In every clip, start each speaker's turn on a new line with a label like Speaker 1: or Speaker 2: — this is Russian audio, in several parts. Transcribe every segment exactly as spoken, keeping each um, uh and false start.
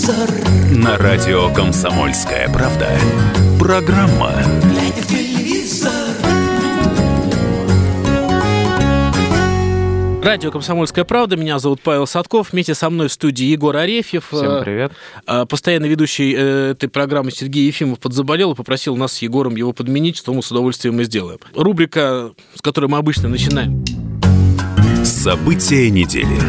Speaker 1: телевизор.
Speaker 2: На радио «Комсомольская правда». Программа
Speaker 1: Глядя в телевизор.
Speaker 3: Радио «Комсомольская правда». Меня зовут Павел Садков. Вместе со мной в студии Егор Арефьев.
Speaker 4: Всем привет.
Speaker 3: Постоянный ведущий этой программы Сергей Ефимов подзаболел и попросил нас с Егором его подменить, что мы с удовольствием и сделаем. Рубрика, с которой мы обычно начинаем.
Speaker 2: «События недели».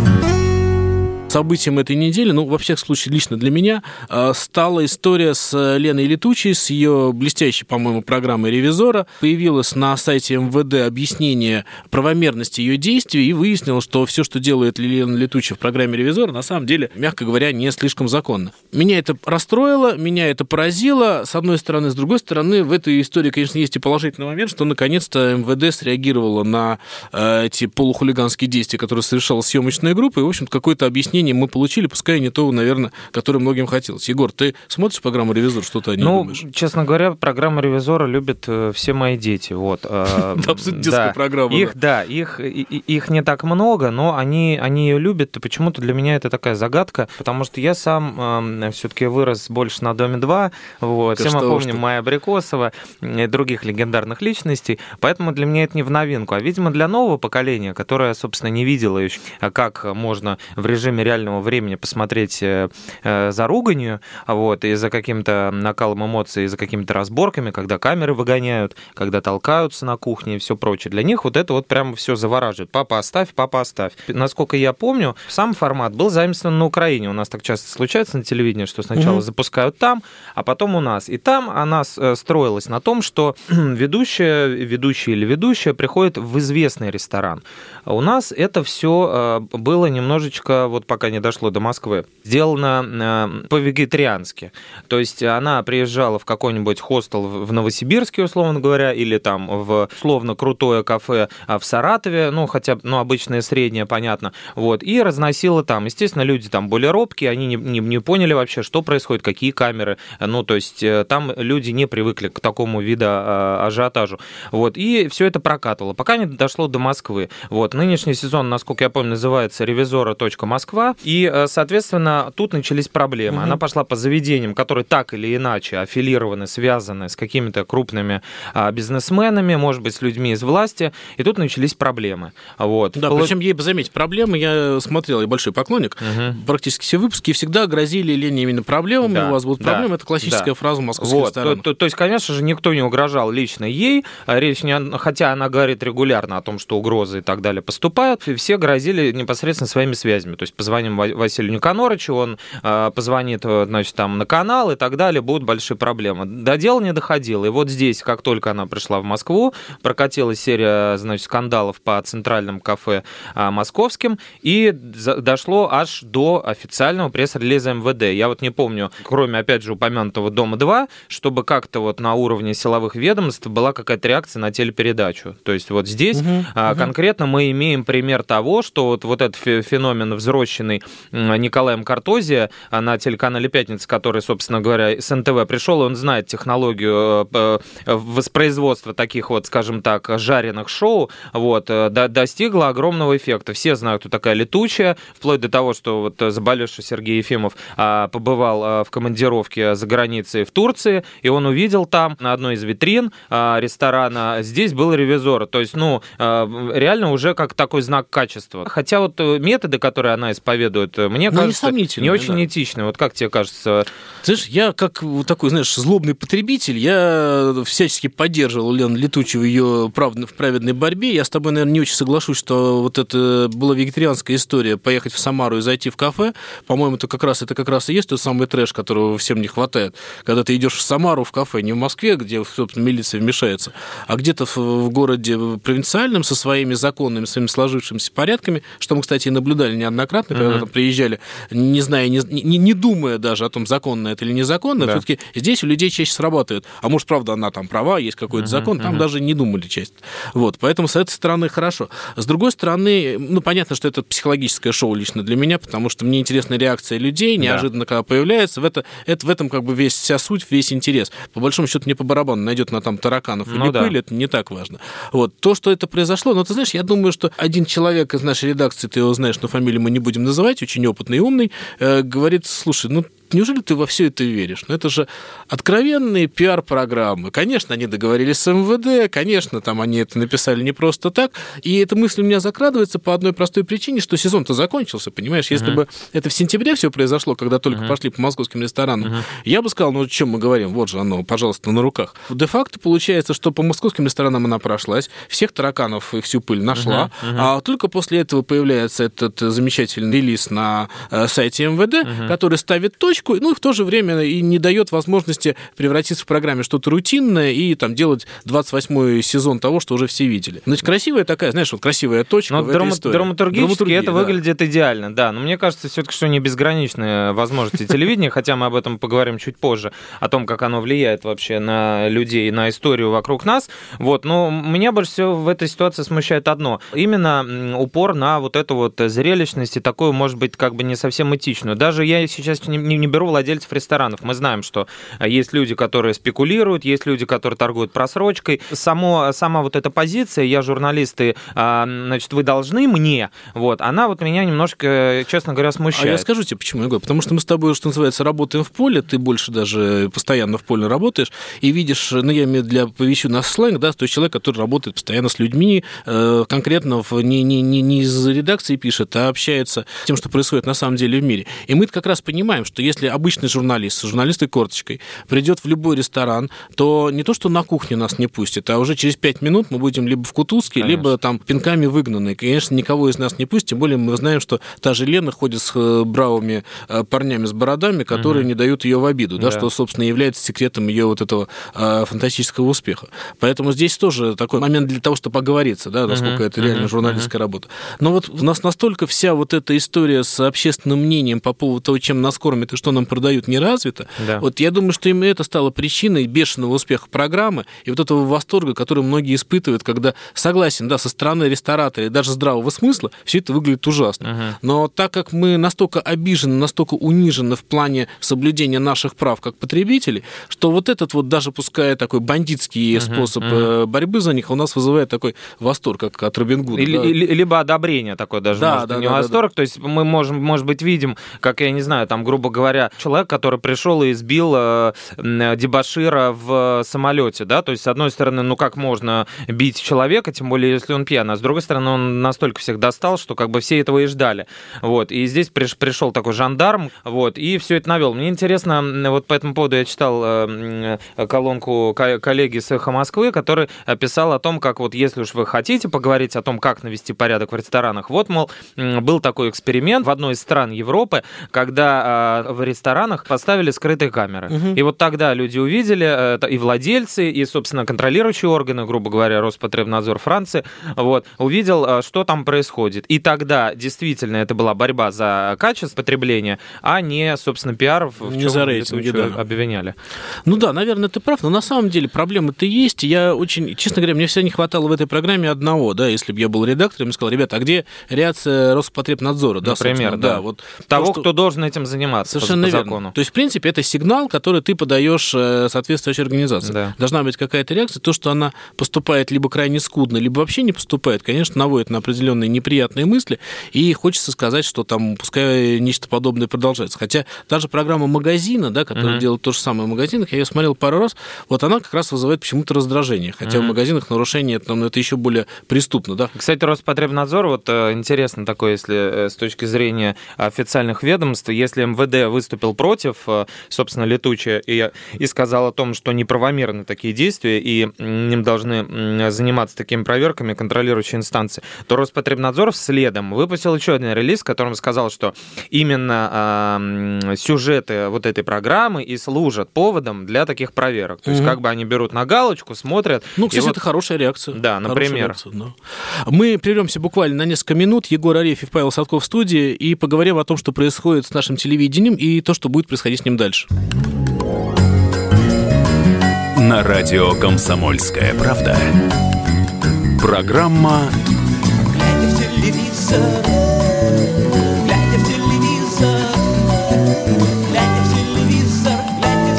Speaker 3: Событием этой недели, ну, во всех случаях, лично для меня, стала история с Леной Летучей, с ее блестящей, по-моему, программой «Ревизора». Появилось на сайте эм вэ дэ объяснение правомерности ее действий, и выяснилось, что все, что делает Лена Летучая в программе «Ревизора», на самом деле, мягко говоря, не слишком законно. Меня это расстроило, меня это поразило, с одной стороны. С другой стороны, в этой истории, конечно, есть и положительный момент, что, наконец-то, эм вэ дэ среагировало на эти полухулиганские действия, которые совершала съемочная группа, и, в общем-то, какое-то объяснение мы получили, пускай не то, наверное, которое многим хотелось. Егор, ты смотришь программу «Ревизор», что ты о ней
Speaker 4: ну,
Speaker 3: думаешь?
Speaker 4: Ну, честно говоря, программу «Ревизора» любят все мои дети. Вот.
Speaker 3: Абсолютно детская программа.
Speaker 4: Их, да, их, их не так много, но они, они ее любят, и почему-то для меня это такая загадка, потому что я сам все-таки вырос больше на «Доме-два», вот. Все мы помним Майя Абрикосова и других легендарных личностей, поэтому для меня это не в новинку. А, видимо, для нового поколения, которое, собственно, не видело еще, как можно в режиме реального времени посмотреть э, э, за руганью, вот, и за каким-то накалом эмоций, и за какими-то разборками, когда камеры выгоняют, когда толкаются на кухне и все прочее. Для них вот это вот прямо все завораживает. Папа, оставь, папа, оставь. Насколько я помню, сам формат был заимствован на Украине. У нас так часто случается на телевидении, что сначала mm-hmm. запускают там, а потом у нас. И там она строилась на том, что ведущая, ведущий или ведущая приходит в известный ресторан. А у нас это все было немножечко, вот пока не дошло до Москвы, сделано по-вегетариански. То есть она приезжала в какой-нибудь хостел в Новосибирске, условно говоря, или там в условно крутое кафе в Саратове, ну, хотя бы, ну, обычное среднее, понятно, вот, и разносила там. Естественно, люди там более робкие, они не, не, не поняли вообще, что происходит, какие камеры, ну, то есть там люди не привыкли к такому виду ажиотажу, вот, и все это прокатывало, пока не дошло до Москвы. Вот, нынешний сезон, насколько я помню, называется «Ревизора.Москва», и, соответственно, тут начались проблемы. Угу. Она пошла по заведениям, которые так или иначе аффилированы, связаны с какими-то крупными а, бизнесменами, может быть, с людьми из власти, и тут начались проблемы. Вот.
Speaker 3: Да, Вплоть... причем, ей бы заметить, проблемы, я смотрел, я большой поклонник, угу. практически все выпуски всегда грозили Лене именно проблемами, да, у вас будут проблемы, да, это классическая да. фраза московских вот. ресторанов.
Speaker 4: То, то, то есть, конечно же, никто не угрожал лично ей, речь не, хотя она говорит регулярно о том, что угрозы и так далее поступают, все грозили непосредственно своими связями, то есть позвоним Василию Никонорычу, он э, позвонит, значит, там на канал и так далее, будут большие проблемы. До дела не доходило. И вот здесь, как только она пришла в Москву, прокатилась серия, значит, скандалов по центральным кафе э, московским, и за, дошло аж до официального пресс-релиза эм вэ дэ. Я вот не помню, кроме, опять же, упомянутого «Дома-два», чтобы как-то вот на уровне силовых ведомств была какая-то реакция на телепередачу. То есть вот здесь угу, э, угу. конкретно мы имеем пример того, что вот, вот этот феномен взросленный Николаем Картозия на телеканале «Пятница», который, собственно говоря, с эн тэ вэ пришел, и он знает технологию воспроизводства таких вот, скажем так, жареных шоу, вот, достигла огромного эффекта. Все знают, кто такая Летучая, вплоть до того, что вот заболевший Сергей Ефимов побывал в командировке за границей в Турции, и он увидел там на одной из витрин ресторана, здесь был «Ревизор». То есть, ну, реально уже как такой знак качества. Хотя вот методы, которые она исповедует, мне
Speaker 3: Но
Speaker 4: кажется, не очень да. этичны. Вот как тебе кажется?
Speaker 3: Знаешь, я как такой, знаешь, злобный потребитель, я всячески поддерживал Лену Летучую в ее в праведной борьбе. Я с тобой, наверное, не очень соглашусь, что вот это была вегетарианская история, поехать в Самару и зайти в кафе. По-моему, это как раз, это как раз и есть тот самый трэш, которого всем не хватает. Когда ты идешь в Самару в кафе, не в Москве, где, собственно, милиция вмешается, а где-то в городе провинциальном со своими законными, своими сложившимися порядками, что мы, кстати, и наблюдали неоднократно, когда mm-hmm. там приезжали, не зная, не, не, не думая даже о том, законно это или незаконно, да. все-таки здесь у людей чаще срабатывает. А может, правда, она там права, есть какой-то uh-huh, закон, там uh-huh. даже не думали часть. Вот, поэтому с этой стороны хорошо. С другой стороны, ну, понятно, что это психологическое шоу лично для меня, потому что мне интересна реакция людей, неожиданно, да. когда появляется, в, это, это, в этом как бы весь, вся суть, весь интерес. По большому счету, мне по барабану, найдет она там тараканов ну, или да. пыль, это не так важно. Вот, то, что это произошло, ну, ты знаешь, я думаю, что один человек из нашей редакции, ты его знаешь, но фамилию мы не будем называть, очень опытный и умный, говорит, слушай, ну, неужели ты во все это веришь? Ну, это же откровенные пиар-программы. Конечно, они договорились с эм вэ дэ, конечно, там они это написали не просто так, и эта мысль у меня закрадывается по одной простой причине, что сезон-то закончился, понимаешь? Если uh-huh. бы это в сентябре все произошло, когда только uh-huh. пошли по московским ресторанам, uh-huh. я бы сказал, ну, о чем мы говорим? Вот же оно, пожалуйста, на руках. Де-факто получается, что по московским ресторанам она прошлась, всех тараканов и всю пыль нашла, uh-huh. Uh-huh. а только после этого появляется этот замечательный релиз на сайте эм вэ дэ, uh-huh. который ставит точку, ну и в то же время и не дает возможности превратиться в программе что-то рутинное и там делать двадцать восьмой сезон того, что уже все видели. Значит, красивая такая, знаешь, вот красивая точка
Speaker 4: но
Speaker 3: в этой
Speaker 4: драма-
Speaker 3: истории.
Speaker 4: Драматургически это
Speaker 3: да.
Speaker 4: выглядит идеально, да. Но мне кажется, все-таки, что не безграничные возможности телевидения, хотя мы об этом поговорим чуть позже, о том, как оно влияет вообще на людей, на историю вокруг нас. Вот. Но меня больше всего в этой ситуации смущает одно. Именно упор на вот эту вот зрелищность и такую, может быть, как бы не совсем этичную. Даже я сейчас не, не беру владельцев ресторанов. Мы знаем, что есть люди, которые спекулируют, есть люди, которые торгуют просрочкой. Само, сама вот эта позиция, я журналист, и, значит, вы должны мне, вот, она вот меня немножко, честно говоря, смущает.
Speaker 3: А я скажу тебе, почему, Егор, потому что мы с тобой, что называется, работаем в поле, ты больше даже постоянно в поле работаешь, и видишь, ну, я имею для повещу наш сленг, да, то есть человек, который работает постоянно с людьми, конкретно в, не, не, не, не из редакции пишет, а общается с тем, что происходит на самом деле в мире. И мы как раз понимаем, что если обычный журналист с журналистой-корточкой придет в любой ресторан, то не то, что на кухне нас не пустят, а уже через пять минут мы будем либо в кутузке, конечно, либо там пинками выгнаны. И, конечно, никого из нас не пустят, тем более мы знаем, что та же Лена ходит с бравыми парнями с бородами, которые угу. не дают ее в обиду, да, да, что, собственно, является секретом ее вот этого а, фантастического успеха. Поэтому здесь тоже такой момент для того, чтобы оговориться, да, насколько угу. это реально угу. журналистская угу. работа. Но вот у нас настолько вся вот эта история с общественным мнением по поводу того, чем нас кормят и что нам продают, не развита. Да. Вот я думаю, что именно это стало причиной бешеного успеха программы и вот этого восторга, который многие испытывают, когда, согласен, да, со стороны ресторатора и даже здравого смысла все это выглядит ужасно. Uh-huh. Но так как мы настолько обижены, настолько унижены в плане соблюдения наших прав как потребителей, что вот этот вот даже пускай такой бандитский uh-huh. способ uh-huh. борьбы за них у нас вызывает такой восторг, как от Робин Гуда.
Speaker 4: Или, да? Либо одобрение такое даже, да, может, да, не да, восторг. Да, да. То есть мы можем, может быть, видим, как, я не знаю, там, грубо говоря, человек, который пришел и избил э, дебошира в самолете, да, то есть, с одной стороны, ну как можно бить человека, тем более, если он пьян, а с другой стороны, он настолько всех достал, что как бы все этого и ждали, вот, и здесь приш, пришел такой жандарм, вот, и все это навел. Мне интересно, вот по этому поводу я читал э, колонку коллеги с «Эхо Москвы», который писал о том, как вот, если уж вы хотите поговорить о том, как навести порядок в ресторанах, вот, мол, был такой эксперимент в одной из стран Европы, когда э, в ресторанах поставили скрытые камеры. Угу. И вот тогда люди увидели, и владельцы, и, собственно, контролирующие органы, грубо говоря, Роспотребнадзор Франции, вот, увидел, что там происходит. И тогда действительно это была борьба за качество потребления, а не, собственно, пиар, в
Speaker 3: не за рейтинги, да.
Speaker 4: обвиняли.
Speaker 3: Ну да, наверное, ты прав, но на самом деле проблема-то есть. Я очень, честно говоря, мне всегда не хватало в этой программе одного, да, если бы я был редактором, я сказал, ребята, а где реакция Роспотребнадзора? Да,
Speaker 4: например, да.
Speaker 3: да вот
Speaker 4: того,
Speaker 3: то, что...
Speaker 4: кто должен этим заниматься.
Speaker 3: Совершенно по, по верно. Закону. То есть, в принципе, это сигнал, который ты подаешь соответствующей организации. Да. Должна быть какая-то реакция. То, что она поступает либо крайне скудно, либо вообще не поступает, конечно, наводит на определенные неприятные мысли, и хочется сказать, что там пускай нечто подобное продолжается. Хотя та же программа магазина, да, которая mm-hmm. делает то же самое в магазинах, я ее смотрел пару раз, вот она как раз вызывает почему-то раздражение. Хотя mm-hmm. в магазинах нарушение там, это еще более преступно. Да?
Speaker 4: Кстати, Роспотребнадзор, вот интересно такое, если с точки зрения официальных ведомств, если эм вэ дэ выступил против, собственно, летучая, и, и сказал о том, что неправомерны такие действия, и им должны заниматься такими проверками контролирующие инстанции, то Роспотребнадзор следом выпустил еще один релиз, в котором сказал, что именно э, сюжеты вот этой программы и служат поводом для таких проверок. То есть, угу. как бы они берут на галочку, смотрят.
Speaker 3: Ну, кстати,
Speaker 4: вот...
Speaker 3: это хорошая реакция.
Speaker 4: Да, например.
Speaker 3: Реакция, да. Мы прервемся буквально на несколько минут. Егор Арефьев, Павел Садков в студии, и поговорим о том, что происходит с нашим телевидением и то, что будет происходить с ним дальше.
Speaker 2: На радио «Комсомольская правда». Программа
Speaker 1: «Глядя в телевизор, глядя в телевизор, глядя в телевизор, глядя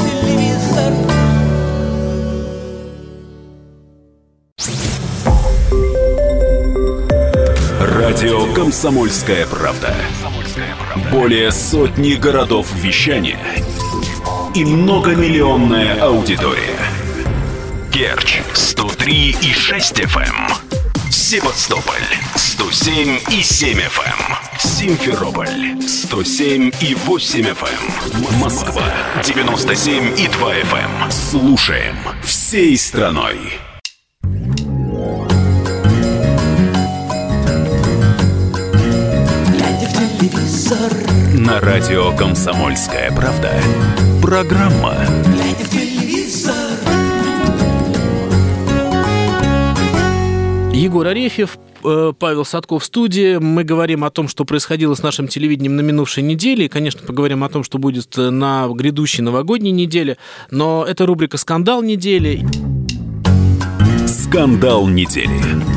Speaker 1: в телевизор».
Speaker 2: Радио «Комсомольская правда». Более сотни городов вещания и многомиллионная аудитория. Керчь сто три и шесть эф эм, Севастополь сто семь и семь эф эм, Симферополь сто семь и восемь эф эм, Москва девяносто семь и два эф эм. Слушаем всей страной.
Speaker 1: Глядя в телевизор,
Speaker 2: На радио «Комсомольская правда» программа
Speaker 1: глядя в телевизор.
Speaker 3: Егор Арефьев, э, Павел Садков в студии. Мы говорим о том, что происходило с нашим телевидением на минувшей неделе. И, конечно, поговорим о том, что будет на грядущей новогодней неделе. Но это рубрика «Скандал недели».
Speaker 2: «Скандал недели».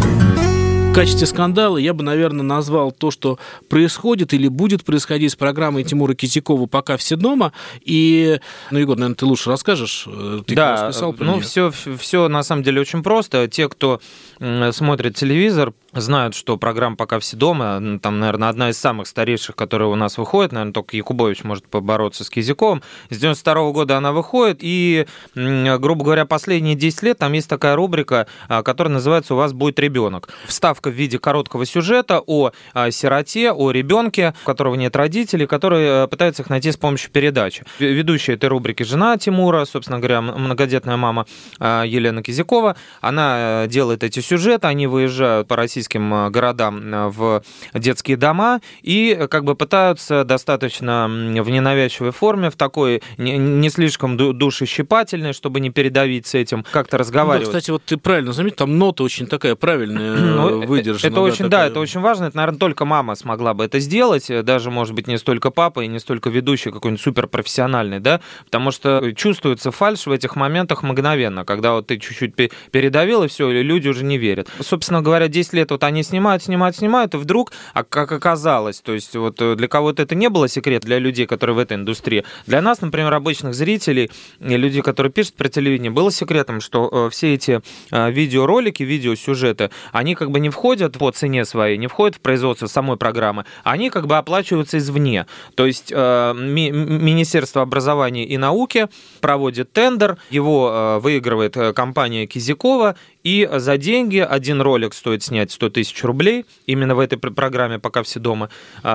Speaker 3: В качестве скандала я бы, наверное, назвал то, что происходит или будет происходить с программой Тимура Кизякова «Пока все дома». И, ну, Егор, наверное, ты лучше расскажешь. Ты
Speaker 4: да,
Speaker 3: писал про
Speaker 4: ну,
Speaker 3: нее.
Speaker 4: все, все на самом деле очень просто. Те, кто смотрит телевизор, знают, что программа «Пока все дома», там, наверное, одна из самых старейших, которая у нас выходит, наверное, только Якубович может побороться с Кизяковым. С девяносто второго года она выходит, и, грубо говоря, последние десять лет там есть такая рубрика, которая называется «У вас будет ребенок». Вставка в виде короткого сюжета о сироте, о ребенке, у которого нет родителей, который пытается их найти с помощью передачи. Ведущая этой рубрики жена Тимура, собственно говоря, многодетная мама Елена Кизякова. Она делает эти сюжеты, они выезжают по российским городам в детские дома и как бы пытаются достаточно в ненавязчивой форме, в такой не слишком душещипательной, чтобы не передавить с этим, как-то разговаривать.
Speaker 3: Ну, да, кстати, вот ты правильно заметил, там нота очень такая правильная, ну, выдержана.
Speaker 4: Это
Speaker 3: да,
Speaker 4: очень,
Speaker 3: такая...
Speaker 4: да, это очень важно. Это, наверное, только мама смогла бы это сделать, даже, может быть, не столько папа и не столько ведущий какой-нибудь суперпрофессиональный, да, потому что чувствуется фальшь в этих моментах мгновенно, когда вот ты чуть-чуть передавил, и все, люди уже не верят. Собственно говоря, десять лет вот они снимают, снимают, снимают, и вдруг, а как оказалось, то есть вот для кого-то это не было секрет, для людей, которые в этой индустрии. Для нас, например, обычных зрителей, людей, которые пишут про телевидение, было секретом, что все эти видеоролики, видеосюжеты, они как бы не входят по цене своей, не входят в производство самой программы, они как бы оплачиваются извне. То есть ми- Министерство образования и науки проводит тендер, его выигрывает компания Кизякова, и за деньги один ролик стоит снять сто тысяч рублей, именно в этой программе «Пока все дома».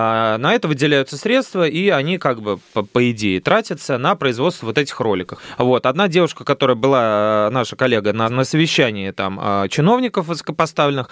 Speaker 4: На это выделяются средства, и они как бы, по, по идее, тратятся на производство вот этих роликов. Вот. Одна девушка, которая была наша коллега на, на совещании там, чиновников высокопоставленных,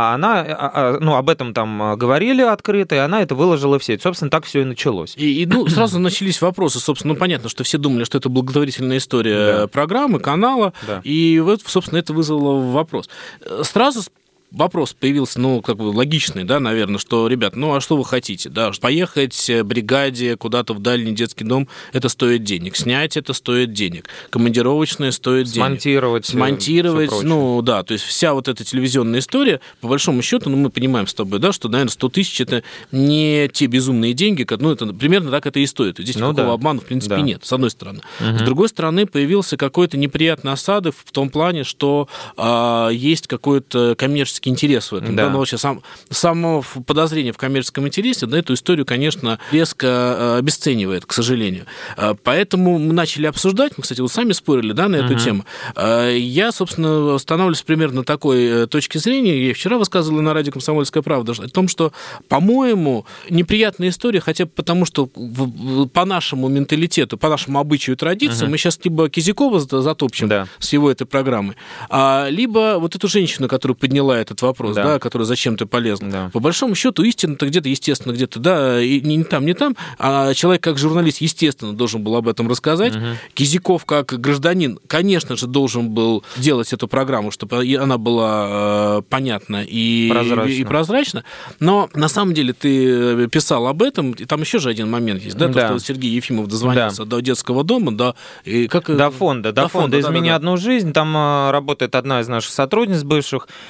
Speaker 4: она, ну, об этом там говорили открыто, и она это выложила в сеть. Собственно, так все и началось.
Speaker 3: И, и ну, сразу начались вопросы. Собственно, ну, понятно, что все думали, что это благотворительная история да. программы, канала, да. и вот, собственно, это вызвало вопрос. Сразу вопрос появился, ну, как бы логичный, да, наверное, что, ребят, ну, а что вы хотите, да, поехать бригаде куда-то в дальний детский дом, это стоит денег, снять это стоит денег, командировочное стоит
Speaker 4: смонтировать,
Speaker 3: денег. Смонтировать. Смонтировать, ну, да, то есть вся вот эта телевизионная история, по большому счету, ну, мы понимаем с тобой, да, что, наверное, сто тысяч это не те безумные деньги, ну, это примерно так это и стоит. Здесь ну, никакого да. обмана, в принципе, да. нет, с одной стороны. Угу. С другой стороны, появился какой-то неприятный осадок в том плане, что а, есть какой-то коммерческий интерес в этом. Да. Да, но вообще сам, само подозрение в коммерческом интересе да, эту историю, конечно, резко обесценивает, к сожалению. Поэтому мы начали обсуждать, мы, кстати, вот сами спорили да, на эту uh-huh. тему. Я, собственно, останавливаюсь примерно на такой точке зрения. Я вчера высказывал на радио «Комсомольская правда» о том, что, по-моему, неприятная история, хотя бы потому, что по нашему менталитету, по нашему обычаю и традициям uh-huh. мы сейчас либо Кизякова затопчем да. с его этой программой, либо вот эту женщину, которая подняла это этот вопрос, да. Да, который зачем-то полезен. Да. По большому счету, истина-то где-то, естественно, где-то, да, и не там, не там, а человек как журналист, естественно, должен был об этом рассказать. Угу. Кизяков как гражданин, конечно же, должен был делать эту программу, чтобы она была э, понятна и прозрачна. и прозрачна. Но на самом деле ты писал об этом, и там еще же один момент есть, да, да. То, что Сергей Ефимов дозвонился да. до детского дома, да, и как...
Speaker 4: до фонда, до, до фонда, фонда «Измени да, да, одну жизнь», там работает одна из наших сотрудниц бывших,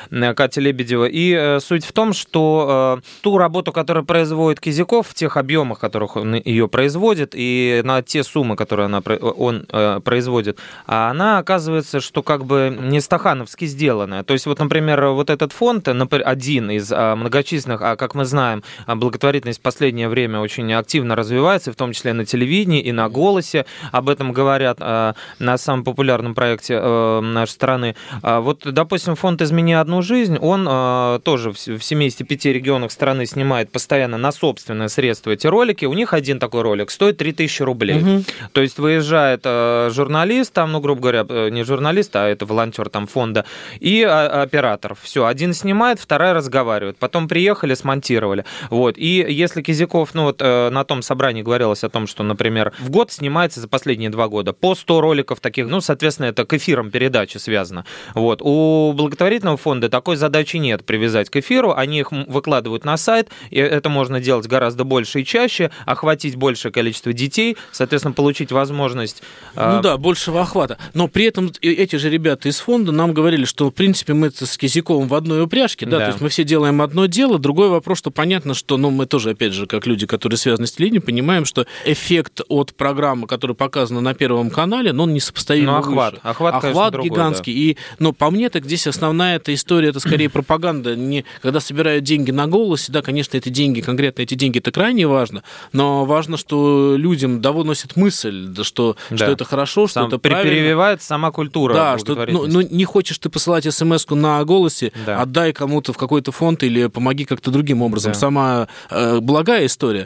Speaker 4: Кати Лебедева. И э, суть в том, что э, ту работу, которую производит Кизяков, в тех объемах, в которых он ее производит, и на те суммы, которые она, он э, производит, она оказывается, что как бы не стахановски сделанная. То есть вот, например, вот этот фонд, один из э, многочисленных, а как мы знаем, благотворительность в последнее время очень активно развивается, в том числе на телевидении и на «Голосе». Об этом говорят э, на самом популярном проекте э, нашей страны. Э, вот, допустим, фонд «Измени одну жизнь», он э, тоже в, в семидесяти пяти регионах страны снимает постоянно на собственные средства эти ролики. У них один такой ролик стоит три тысячи рублей. Угу. То есть выезжает э, журналист, там, ну, грубо говоря, не журналист, а это волонтер там фонда, и а, оператор. Все, один снимает, вторая разговаривает. Потом приехали, смонтировали. Вот. И если Кизяков, ну вот э, на том собрании говорилось о том, что, например, в год снимается за последние два года по сто роликов таких, ну, соответственно, это к эфирам передачи связано. Вот. У благотворительного фонда такой задачи нет привязать к эфиру, они их выкладывают на сайт, и это можно делать гораздо больше и чаще, охватить большее количество детей, соответственно, получить возможность... Э...
Speaker 3: Ну да, большего охвата. Но при этом эти же ребята из фонда нам говорили, что, в принципе, мы с Кизяковым в одной упряжке, да, да, то есть мы все делаем одно дело. Другой вопрос, что понятно, что, ну, мы тоже, опять же, как люди, которые связаны с телевидением, понимаем, что эффект от программы, которая показана на Первом канале, но он несопоставимо
Speaker 4: охват,
Speaker 3: выше.
Speaker 4: Охват,
Speaker 3: охват
Speaker 4: конечно, другой,
Speaker 3: гигантский. Да. И, но по мне, так здесь основная эта история, это скорее пропаганда. Не, когда собирают деньги на «Голосе», да, конечно, эти деньги, конкретно эти деньги, это крайне важно, но важно, что людям доносит мысль, да, что, да. что это хорошо, что
Speaker 4: Сам
Speaker 3: это правильно.
Speaker 4: Перевивается сама культура.
Speaker 3: Да, что, ну, ну, не хочешь ты посылать смс-ку на «Голосе», да. отдай кому-то в какой-то фонд или помоги как-то другим образом. Да. Сама э, благая история.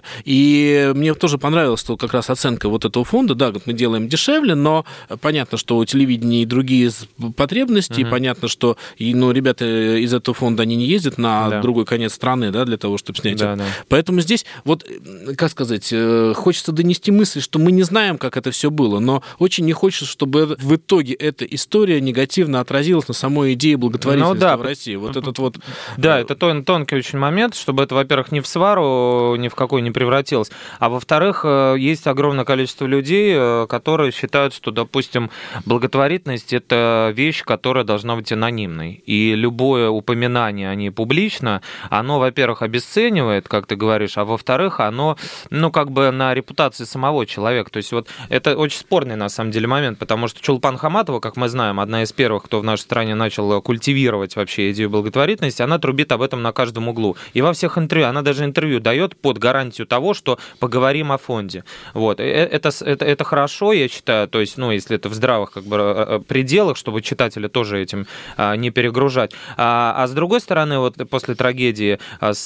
Speaker 3: И мне тоже понравилось, что как раз оценка вот этого фонда, да, мы делаем дешевле, но понятно, что у телевидения и другие потребности, угу. и понятно, что и, ну, ребята из этого фонда, они не ездят на да. другой конец страны, да, для того, чтобы снять. Да, да. Поэтому здесь, вот, как сказать, хочется донести мысль, что мы не знаем, как это все было, но очень не хочется, чтобы в итоге эта история негативно отразилась на самой идее благотворительности ну, да. в России. Вот этот вот...
Speaker 4: Да, это тон, тонкий очень момент, чтобы это, во-первых, ни в свару ни в какой не превратилось, а во-вторых, есть огромное количество людей, которые считают, что, допустим, благотворительность – это вещь, которая должна быть анонимной. И любое упоминание о ней публично, оно, во-первых, обесценивает, как ты говоришь, а во-вторых, оно, ну, как бы на репутации самого человека. То есть вот это очень спорный, на самом деле, момент, потому что Чулпан Хаматова, как мы знаем, одна из первых, кто в нашей стране начал культивировать вообще идею благотворительности, она трубит об этом на каждом углу. И во всех интервью, она даже интервью дает под гарантию того, что поговорим о фонде. Вот. Это, это, это хорошо, я считаю, то есть, ну, если это в здравых как бы пределах, чтобы читателя тоже этим не перегружать. А, а с другой стороны, вот после трагедии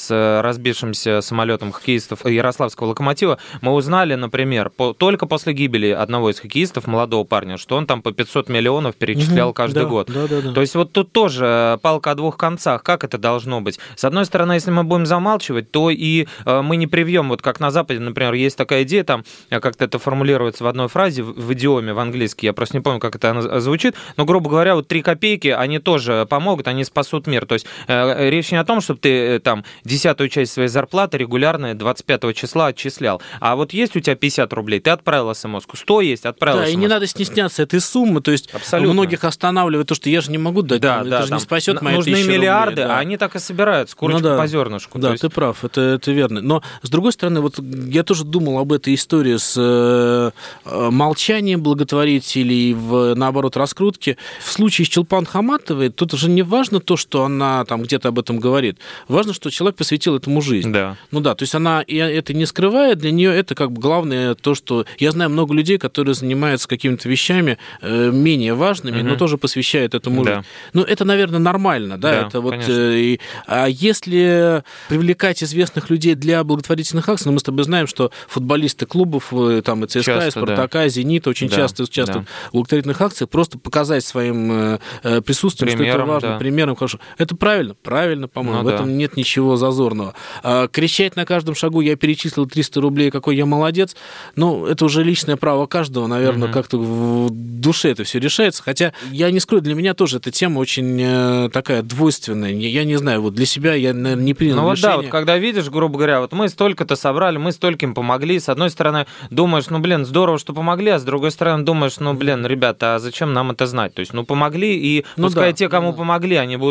Speaker 4: с разбившимся самолетом хоккеистов Ярославского «Локомотива» мы узнали, например, по, только после гибели одного из хоккеистов, молодого парня, что он там по пятьсот миллионов перечислял угу, каждый да, год. Да, да, да. То есть вот тут тоже палка о двух концах. Как это должно быть? С одной стороны, если мы будем замалчивать, то и мы не привьем, вот как на Западе, например, есть такая идея, там как-то это формулируется в одной фразе, в идиоме, в английский, я просто не помню, как это она звучит, но, грубо говоря, вот три копейки, они тоже помогут, они спасут мир. То есть э, речь не о том, чтобы ты там десятую часть своей зарплаты регулярно двадцать пятого числа отчислял, а вот есть у тебя пятьдесят рублей, ты отправил смс-ку, сто есть, отправил
Speaker 3: да,
Speaker 4: смс-ку.
Speaker 3: И не надо стесняться этой суммы, то есть абсолютно. Многих останавливает то, что я же не могу дать, да, это да, же не спасет мои
Speaker 4: нужны миллиарды,
Speaker 3: рублей, да.
Speaker 4: а они так и собираются, курочку ну, да. по зернышку.
Speaker 3: Да, есть... ты прав, это, это верно. Но, с другой стороны, вот я тоже думал об этой истории с э, молчанием благотворителей, в, наоборот, раскрутке. В случае с Чулпан Хаматовой тут уже не важно то, что она там где-то об этом говорит. Важно, что человек посвятил этому жизнь.
Speaker 4: Да.
Speaker 3: Ну да, то есть она это не скрывает, для нее это как бы главное то, что... Я знаю много людей, которые занимаются какими-то вещами э, менее важными, угу. но тоже посвящают этому
Speaker 4: да.
Speaker 3: жизнь. Ну, это, наверное, нормально, да,
Speaker 4: да
Speaker 3: это вот... Э, и, а если привлекать известных людей для благотворительных акций, ну, мы с тобой знаем, что футболисты клубов, там и ЦСКА, часто, и Спартака, да. Зенита очень да. часто участвуют да. в благотворительных акциях, просто показать своим э, присутствием, примером, что это важно, да. примером хорошо. Это правильно, правильно, по-моему, ну, в да. этом нет ничего зазорного. А, кричать на каждом шагу, я перечислил триста рублей, какой я молодец, ну, это уже личное право каждого, наверное, угу. как-то в душе это все решается, хотя, я не скрою, для меня тоже эта тема очень э, такая двойственная, я, я не знаю, вот для себя я, наверное, не принял
Speaker 4: ну,
Speaker 3: решение.
Speaker 4: Ну, вот да, вот когда видишь, грубо говоря, вот мы столько-то собрали, мы стольким помогли, с одной стороны, думаешь, ну, блин, здорово, что помогли, а с другой стороны, думаешь, ну, блин, ребята, а зачем нам это знать? То есть, ну, помогли, и ну, пускай да, те, кому да. помогли, они будут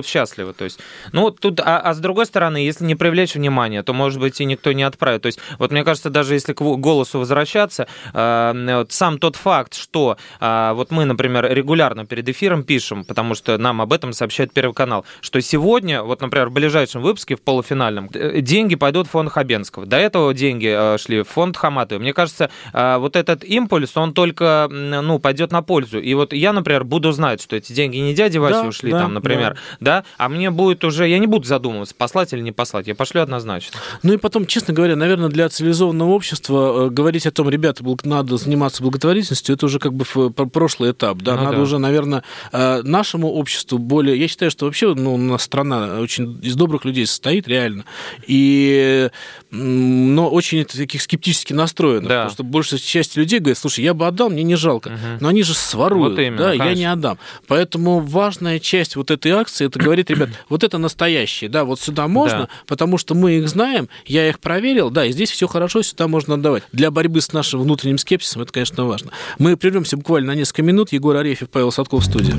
Speaker 4: счастливы. То есть, ну, тут, а, а с другой стороны, если не привлечь внимание, то, может быть, и никто не отправит. То есть, вот мне кажется, даже если к голосу возвращаться, э, вот сам тот факт, что э, вот мы, например, регулярно перед эфиром пишем, потому что нам об этом сообщает Первый канал, что сегодня, вот, например, в ближайшем выпуске, в полуфинальном, деньги пойдут в фонд Хабенского. До этого деньги э, шли в фонд Хаматовой. Мне кажется, э, вот этот импульс, он только, ну, пойдет на пользу. И вот я, например, буду знать, что эти деньги не дяде Васе да, ушли, да, там, например, да. да, а мне будет уже, я не буду задумываться, послать или не послать, я пошлю однозначно.
Speaker 3: Ну и потом, честно говоря, наверное, для цивилизованного общества э, говорить о том, ребята, надо заниматься благотворительностью, это уже как бы прошлый этап, да, ну, надо да. уже, наверное, э, нашему обществу более, я считаю, что вообще, ну, у нас страна очень из добрых людей состоит, реально, и, но очень таких скептически настроенных, да. потому что большая часть людей говорит, слушай, я бы отдал, мне не жалко, угу. но они же своруют, вот именно, да, конечно. Я не отдам. Поэтому важная часть вот этой акции, это говорит, ребят, вот это настоящие, да, вот сюда можно, да. потому что мы их знаем, я их проверил, да, и здесь все хорошо, сюда можно отдавать. Для борьбы с нашим внутренним скепсисом это, конечно, важно. Мы прервемся буквально на несколько минут. Егор Арефьев, Павел Садков в студии.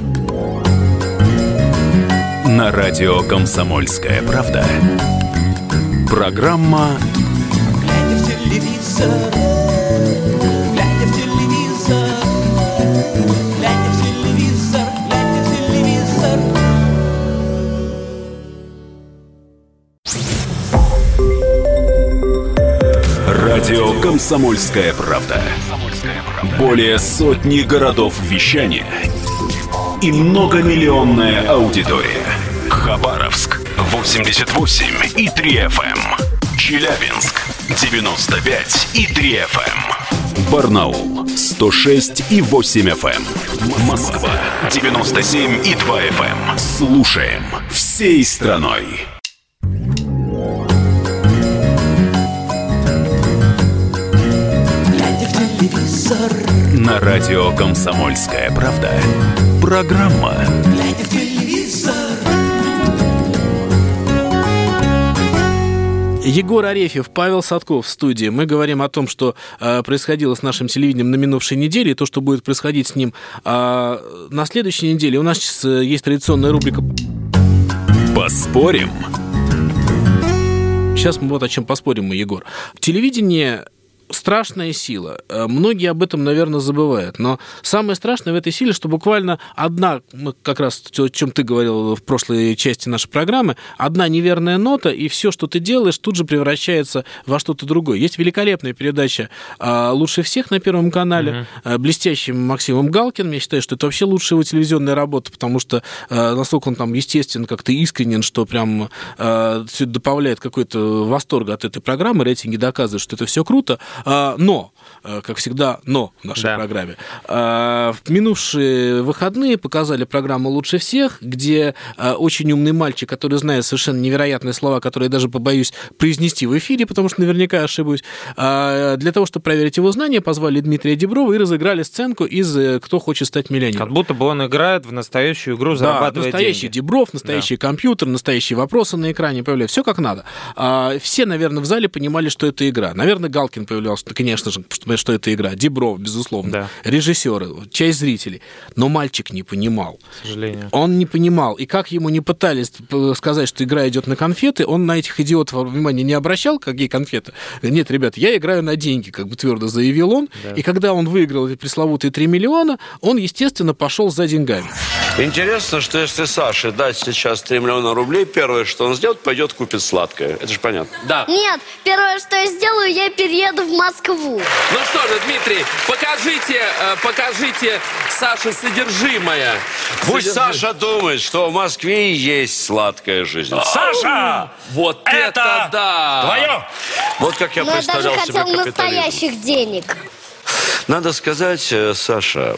Speaker 2: На радио «Комсомольская правда». Программа
Speaker 1: «Глядя в телевизор, глядя в телевизор, глядя в телевизор, глядя в телевизор».
Speaker 2: Радио «Комсомольская правда». Более сотни городов вещания и многомиллионная аудитория. Хабаровск восемьдесят восемь и три эф эм, Челябинск девяносто пять и три эф эм, Барнаул сто шесть и восемь эф эм, Москва девяносто семь и два эф эм. Слушаем всей страной. На радио «Комсомольская правда». Программа
Speaker 1: «Глядя в телевизор».
Speaker 3: Егор Арефьев, Павел Садков в студии. Мы говорим о том, что э, происходило с нашим телевидением на минувшей неделе, и то, что будет происходить с ним э, на следующей неделе. У нас сейчас э, есть традиционная рубрика
Speaker 2: «Поспорим».
Speaker 3: Сейчас мы вот о чем поспорим мы, Егор. Телевидение... страшная сила. Многие об этом, наверное, забывают. Но самое страшное в этой силе, что буквально одна, как раз о чем ты говорил в прошлой части нашей программы, одна неверная нота, и все, что ты делаешь, тут же превращается во что-то другое. Есть великолепная передача «Лучше всех» на Первом канале, uh-huh. блестящим Максимом Галкиным. Я считаю, что это вообще лучшая его телевизионная работа, потому что настолько он там, естественно, как-то искренен, что прям все добавляет какой-то восторг от этой программы, рейтинги доказывают, что это все круто. Но, как всегда, но в нашей да. программе. В минувшие выходные показали программу «Лучше всех», где очень умный мальчик, который знает совершенно невероятные слова, которые я даже побоюсь произнести в эфире, потому что наверняка ошибусь. Для того, чтобы проверить его знания, позвали Дмитрия Диброва и разыграли сценку из «Кто хочет стать миллионером».
Speaker 4: Как будто бы он играет в настоящую игру, зарабатывая
Speaker 3: да, настоящий
Speaker 4: деньги.
Speaker 3: Дибров, настоящий да. компьютер, настоящие вопросы на экране появляются. Все как надо. Все, наверное, в зале понимали, что это игра. Наверное, Галкин появлялся, конечно же, что это игра. Дибров, безусловно. Да. Режиссеры, часть зрителей. Но мальчик не понимал.
Speaker 4: К сожалению.
Speaker 3: Он не понимал. И как ему не пытались сказать, что игра идет на конфеты, он на этих идиотов внимания не обращал, какие конфеты. Нет, ребят, я играю на деньги, как бы твердо заявил он. Да. И когда он выиграл эти пресловутые три миллиона, он, естественно, пошел за деньгами.
Speaker 5: Интересно, что если Саше дать сейчас три миллиона рублей, первое, что он сделает, пойдет купит сладкое. Это же понятно.
Speaker 6: Да. Нет, первое, что я сделаю, я перееду в Москву.
Speaker 7: Ну что же, Дмитрий, покажите, покажите Саше содержимое.
Speaker 5: Пусть
Speaker 7: Содержи...
Speaker 5: Саша думает, что в Москве есть сладкая жизнь. Саша!
Speaker 7: Вот это, это да!
Speaker 5: Твое! Вот как я
Speaker 6: Но
Speaker 5: представлял
Speaker 6: я даже
Speaker 5: себе
Speaker 6: хотел
Speaker 5: капитализм.
Speaker 6: настоящих денег.
Speaker 5: Надо сказать, Саша,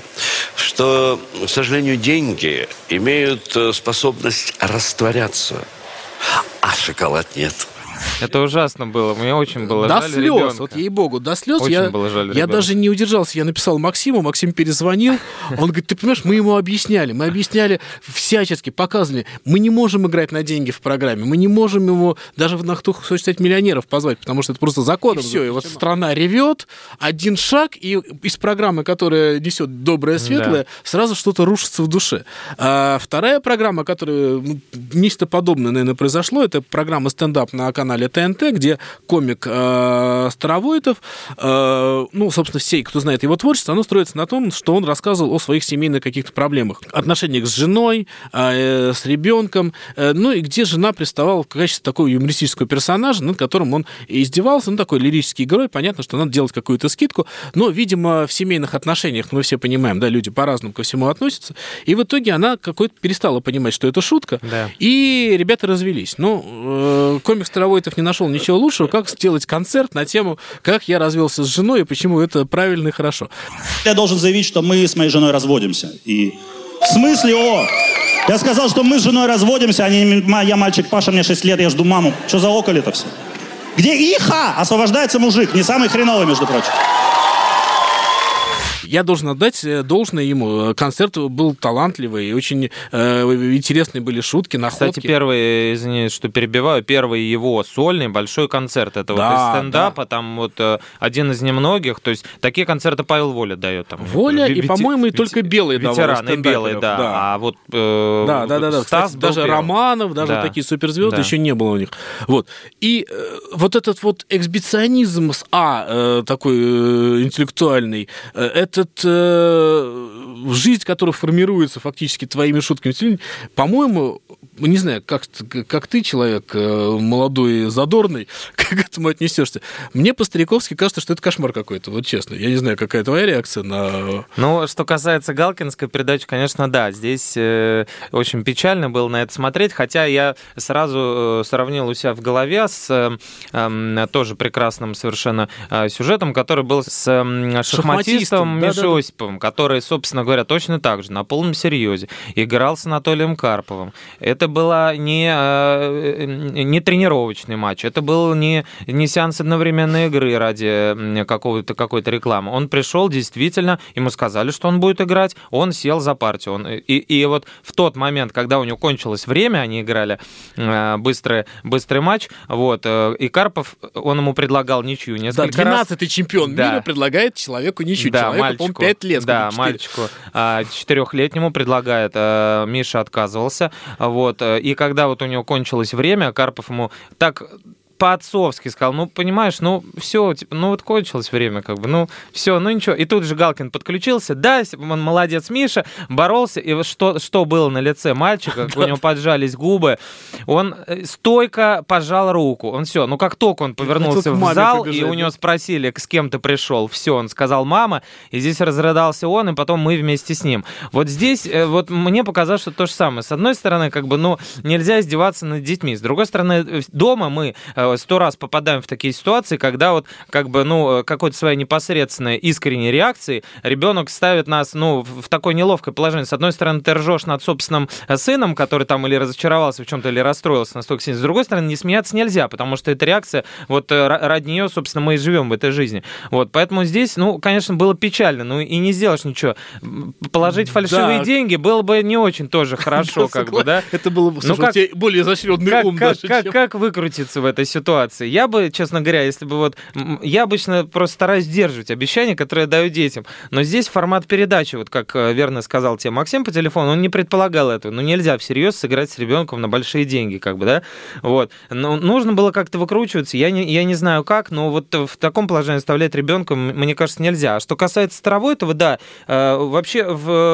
Speaker 5: что, к сожалению, деньги имеют способность растворяться, а шоколад нет.
Speaker 4: Это ужасно было, мне очень было
Speaker 3: до
Speaker 4: жаль
Speaker 3: слез,
Speaker 4: ребенка.
Speaker 3: вот ей-богу, до слез.
Speaker 4: Очень
Speaker 3: я,
Speaker 4: было жаль
Speaker 3: я
Speaker 4: ребенка.
Speaker 3: даже не удержался, я написал Максиму, Максим перезвонил, он говорит, ты понимаешь, мы ему объясняли, мы объясняли всячески, показывали, мы не можем играть на деньги в программе, мы не можем его даже в «Кто хочет стать миллионером» позвать, потому что это просто законом. И все, и вот страна ревет, один шаг, и из программы, которая несет доброе, светлое, да. сразу что-то рушится в душе. А вторая программа, которая, ну, нечто подобное, наверное, произошло, это программа «Стендап» на канале ТНТ, где комик э, Старовойтов, э, ну, собственно, все, кто знает его творчество, оно строится на том, что он рассказывал о своих семейных каких-то проблемах, отношениях с женой, э, с ребенком, э, ну, и где жена представала в качестве такого юмористического персонажа, над которым он издевался, ну, такой лирический герой, понятно, что надо делать какую-то скидку, но, видимо, в семейных отношениях, мы все понимаем, да, люди по-разному ко всему относятся, и в итоге она какой-то перестала понимать, что это шутка, да. и ребята развелись. Ну, э, комик Старовойтов не нашел ничего лучшего, как сделать концерт на тему, как я развелся с женой и почему это правильно и хорошо.
Speaker 8: Я должен заявить, что мы с моей женой разводимся. И в смысле, о, я сказал, что мы с женой разводимся, а не я мальчик Паша, мне шесть лет, я жду маму. Что за околь-то все? Где иха? Освобождается мужик, не самый хреновый, между прочим.
Speaker 3: Я должен отдать должное ему. Концерт был талантливый, и очень э, интересные были шутки, находки.
Speaker 4: Кстати, первый, извиняюсь, что перебиваю, первый его сольный большой концерт. Это да, вот из стендапа, да. там вот один из немногих. То есть такие концерты Павел Воля дает. Там,
Speaker 3: Воля,
Speaker 4: ве-
Speaker 3: и, по-моему, и только Белый давал.
Speaker 4: Ветераны Белый, да. да. А вот э,
Speaker 3: да, да, да, да.
Speaker 4: Стас
Speaker 3: Кстати, даже первым. Романов, даже да. такие суперзвезды да. еще не было у них. Вот. И э, вот этот вот эксбиционизм с А, э, такой э, интеллектуальный, э, это Этот, э, жизнь, которая формируется фактически твоими шутками, по-моему, не знаю, как, как ты, человек э, молодой и задорный, как к этому отнесешься. Мне по-стариковски кажется, что это кошмар какой-то, вот честно. Я не знаю, какая твоя реакция на...
Speaker 4: Ну, что касается галкинской передачи, конечно, да, здесь э, очень печально было на это смотреть, хотя я сразу э, сравнил у себя в голове с э, э, тоже прекрасным совершенно э, сюжетом, который был с э, шахматистом Мишей да, Осиповым, да. который, собственно говоря, точно так же, на полном серьезе, играл с Анатолием Карповым. Это была не, не тренировочный матч, это был не, не сеанс одновременной игры ради какого-то, какой-то рекламы. Он пришел, действительно, ему сказали, что он будет играть, он сел за партию. Он, и, и вот в тот момент, когда у него кончилось время, они играли быстрый, быстрый матч, вот, и Карпов, он ему предлагал ничью несколько раз.
Speaker 3: Да, двенадцатый чемпион
Speaker 4: да.
Speaker 3: мира предлагает человеку ничью.
Speaker 4: Да,
Speaker 3: человеку,
Speaker 4: мальчику,
Speaker 3: по-моему, пять лет.
Speaker 4: Да, мальчику четырехлетнему предлагает, Миша отказывался, вот, и когда вот у него кончилось время, Карпов ему так по-отцовски сказал, ну, понимаешь, ну, все, типа, ну, вот кончилось время, как бы, ну, все, ну, ничего. И тут же Галкин подключился, да, он молодец, Миша, боролся, и что, что было на лице мальчика, как у него поджались губы, он стойко пожал руку, он все, ну, как только он повернулся в зал, и у него спросили, с кем ты пришел, все, он сказал мама, и здесь разрыдался он, и потом мы вместе с ним. Вот здесь, вот мне показалось, что то же самое. С одной стороны, как бы, ну, нельзя издеваться над детьми, с другой стороны, дома мы сто раз попадаем в такие ситуации, когда вот как бы, ну, какой-то своей непосредственной искренней реакцией ребенок ставит нас, ну, в такое неловкое положение. С одной стороны, ты ржешь над собственным сыном, который там или разочаровался в чем-то, или расстроился настолько сильно. С другой стороны, не смеяться нельзя, потому что эта реакция, вот ради нее, собственно, мы и живем в этой жизни. Вот, поэтому здесь, ну, конечно, было печально, ну, и не сделаешь ничего. Положить фальшивые да. деньги было бы не очень тоже хорошо, как бы, да?
Speaker 3: Это было бы,
Speaker 4: ну, как,
Speaker 3: более изощренный ум
Speaker 4: как,
Speaker 3: даже,
Speaker 4: как,
Speaker 3: чем...
Speaker 4: как выкрутиться в этой ситуации? Я бы, честно говоря, если бы вот... Я обычно просто стараюсь сдерживать обещания, которые я даю детям. Но здесь формат передачи, вот как верно сказал тебе Максим по телефону, он не предполагал этого. Ну, нельзя всерьез сыграть с ребенком на большие деньги, как бы, да? Вот. Но нужно было как-то выкручиваться. Я не, я не знаю как, но вот в таком положении оставлять ребенка, мне кажется, нельзя. А что касается Старовойтова, да, вообще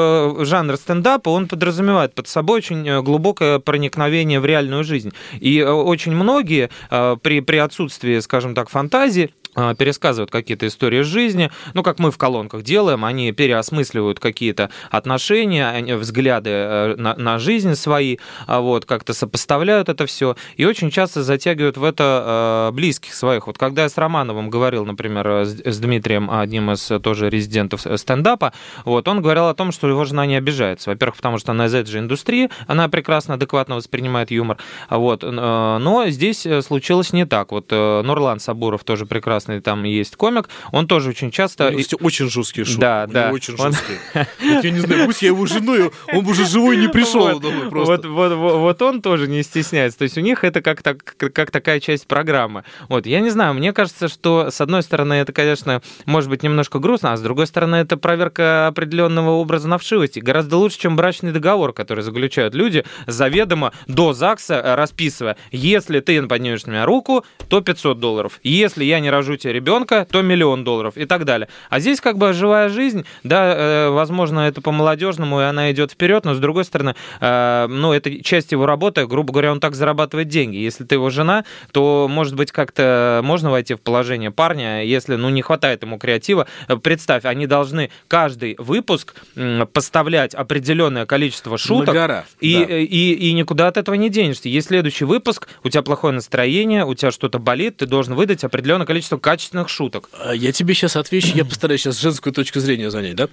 Speaker 4: в жанр стендапа он подразумевает под собой очень глубокое проникновение в реальную жизнь. И очень многие при, при отсутствии, скажем так, фантазии, пересказывают какие-то истории жизни, ну, как мы в колонках делаем, они переосмысливают какие-то отношения, взгляды на, на жизнь свои, вот, как-то сопоставляют это все, и очень часто затягивают в это близких своих. Вот когда я с Романовым говорил, например, с, с Дмитрием, одним из тоже резидентов стендапа, вот, он говорил о том, что его жена не обижается. Во-первых, потому что она из этой же индустрии, она прекрасно, адекватно воспринимает юмор, вот, но здесь случилось не так. Вот Нурлан Сабуров тоже прекрасно, там есть комик, он тоже очень часто...
Speaker 3: Кстати, очень жесткие шутки.
Speaker 4: Да, да.
Speaker 3: Очень он... жесткие. Вот я не знаю, пусть я его женой, он бы уже живой не пришел
Speaker 4: вот,
Speaker 3: домой просто.
Speaker 4: Вот, вот, вот, вот он тоже не стесняется. То есть у них это как, так, как такая часть программы. Вот, я не знаю, мне кажется, что с одной стороны это, конечно, может быть немножко грустно, а с другой стороны это проверка определенного образа на вшивости. Гораздо лучше, чем брачный договор, который заключают люди заведомо до ЗАГСа, расписывая, если ты поднимешь на меня руку, то пятьсот долларов. Если я не рожу тебе ребенка, то миллион долларов и так далее. А здесь как бы живая жизнь, да, возможно, это по-молодежному, и она идет вперед, но с другой стороны, ну, это часть его работы, грубо говоря, он так зарабатывает деньги. Если ты его жена, то, может быть, как-то можно войти в положение парня, если, ну, не хватает ему креатива. Представь, они должны каждый выпуск поставлять определенное количество шуток,
Speaker 3: гора,
Speaker 4: и,
Speaker 3: да.
Speaker 4: и, и, и никуда от этого не денешься. Есть следующий выпуск, у тебя плохое настроение, у тебя что-то болит, ты должен выдать определенное количество качественных шуток.
Speaker 3: Я тебе сейчас отвечу, я постараюсь сейчас женскую точку зрения занять, да?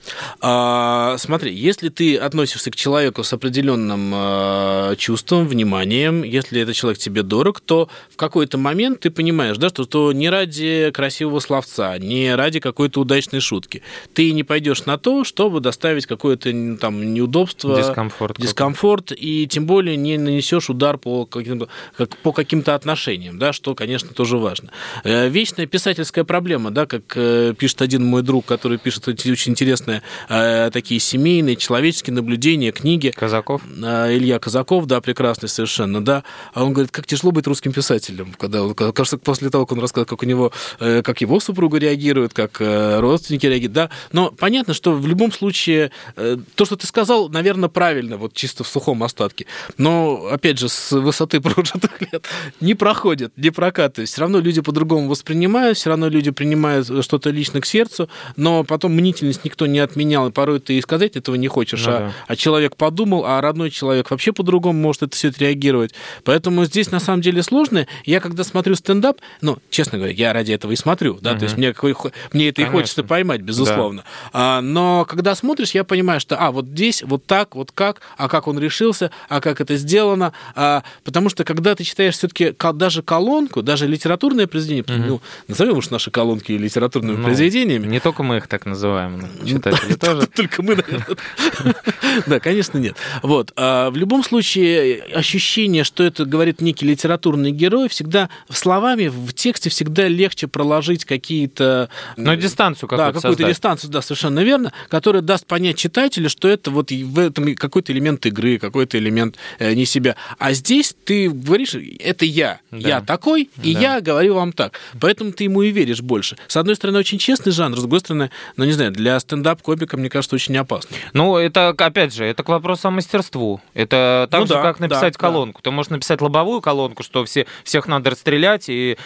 Speaker 3: А, смотри, если ты относишься к человеку с определенным а, чувством, вниманием, если этот человек тебе дорог, то в какой-то момент ты понимаешь, да, что то не ради красивого словца, не ради какой-то удачной шутки. Ты не пойдешь на то, чтобы доставить какое-то там неудобство,
Speaker 4: дискомфорт,
Speaker 3: дискомфорт и тем более не нанесешь удар по каким-то, по каким-то отношениям, да, что, конечно, тоже важно. Вечная писательская проблема, да, как пишет один мой друг, который пишет очень интересные такие семейные, человеческие наблюдения, книги.
Speaker 4: Казаков?
Speaker 3: Илья Казаков, да, прекрасный совершенно, да. А он говорит, как тяжело быть русским писателем, когда, кажется, после того, как он рассказал, как у него, как его супруга реагирует, как родственники реагируют, да. Но понятно, что в любом случае то, что ты сказал, наверное, правильно, вот чисто в сухом остатке. Но, опять же, с высоты прожитых лет не проходит, не прокатывает. Все равно люди по-другому воспринимают, все равно люди принимают что-то лично к сердцу, но потом мнительность никто не отменял, и порой ты и сказать этого не хочешь, ну, а, да. а человек подумал, а родной человек вообще по-другому может это все отреагировать. Поэтому здесь на самом деле сложно. Я когда смотрю стендап, ну, честно говоря, я ради этого и смотрю, да, угу. то есть мне, мне это Конечно. и хочется поймать, безусловно. Да. А, но когда смотришь, я понимаю, что, а, вот здесь, вот так, вот как, а как он решился, а как это сделано, а, потому что когда ты читаешь все-таки даже колонку, даже литературное произведение, угу. ну, назовем уж наши колонки литературными ну, произведениями.
Speaker 4: Не только мы их так называем, читатели тоже.
Speaker 3: Только мы, наверное. Да, конечно, нет. Вот. В любом случае, ощущение, что это говорит некий литературный герой, всегда словами в тексте всегда легче проложить какие-то...
Speaker 4: Ну, дистанцию какую-то
Speaker 3: Да, какую-то дистанцию, да, совершенно верно, которая даст понять читателю, что это вот в этом какой-то элемент игры, какой-то элемент не себя. А здесь ты говоришь, это я, я такой, и я говорю вам так. Поэтому ты ему и веришь больше. С одной стороны, очень честный жанр, с другой стороны, ну, не знаю, для стендап-комика, мне кажется, очень опасно.
Speaker 4: Ну, это, опять же, это к вопросу о мастерству. Это так ну, же, да, как написать да, колонку. Да. Ты можешь написать лобовую колонку, что все, всех надо расстрелять, и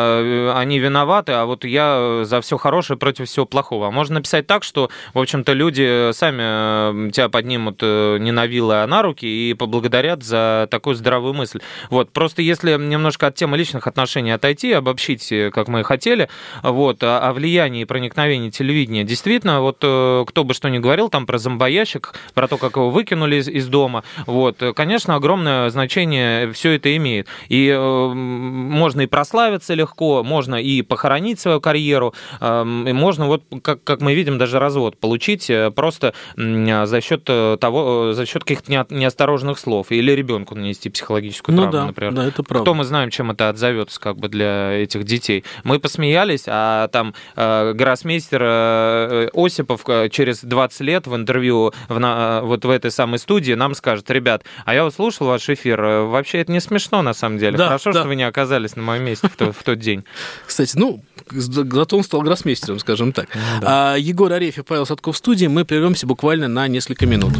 Speaker 4: э, они виноваты, а вот я за все хорошее против всего плохого. А можно написать так, что, в общем-то, люди сами тебя поднимут не на вилы, а на руки и поблагодарят за такую здравую мысль. Вот. Просто если немножко от темы личных отношений отойти, обобщить, как мы и хотели, вот, о влиянии и проникновении телевидения, действительно, вот кто бы что ни говорил там про зомбоящик, про то, как его выкинули из, из дома, вот, конечно, огромное значение все это имеет. И э, можно и прославиться легко, можно и похоронить свою карьеру, э, и можно, вот, как, как мы видим, даже развод получить просто э, за счет того, за счет каких-то неосторожных слов, или ребенку нанести психологическую травму, ну, да, например.
Speaker 3: Да, это правда.
Speaker 4: Кто мы знаем, чем это отзовется как бы для этих детей. Мы посмеялись, а там э, гроссмейстер э, Осипов через двадцать лет в интервью в, на, вот в этой самой студии нам скажет: ребят, а я вот слушал ваш эфир, вообще это не смешно на самом деле. Да, Хорошо, да. что вы не оказались на моем месте в, то, в тот день.
Speaker 3: Кстати, ну, зато он стал гроссмейстером, скажем так. Да. А, Егор Арефьев, Павел Садков в студии. Мы прервемся буквально на несколько минут.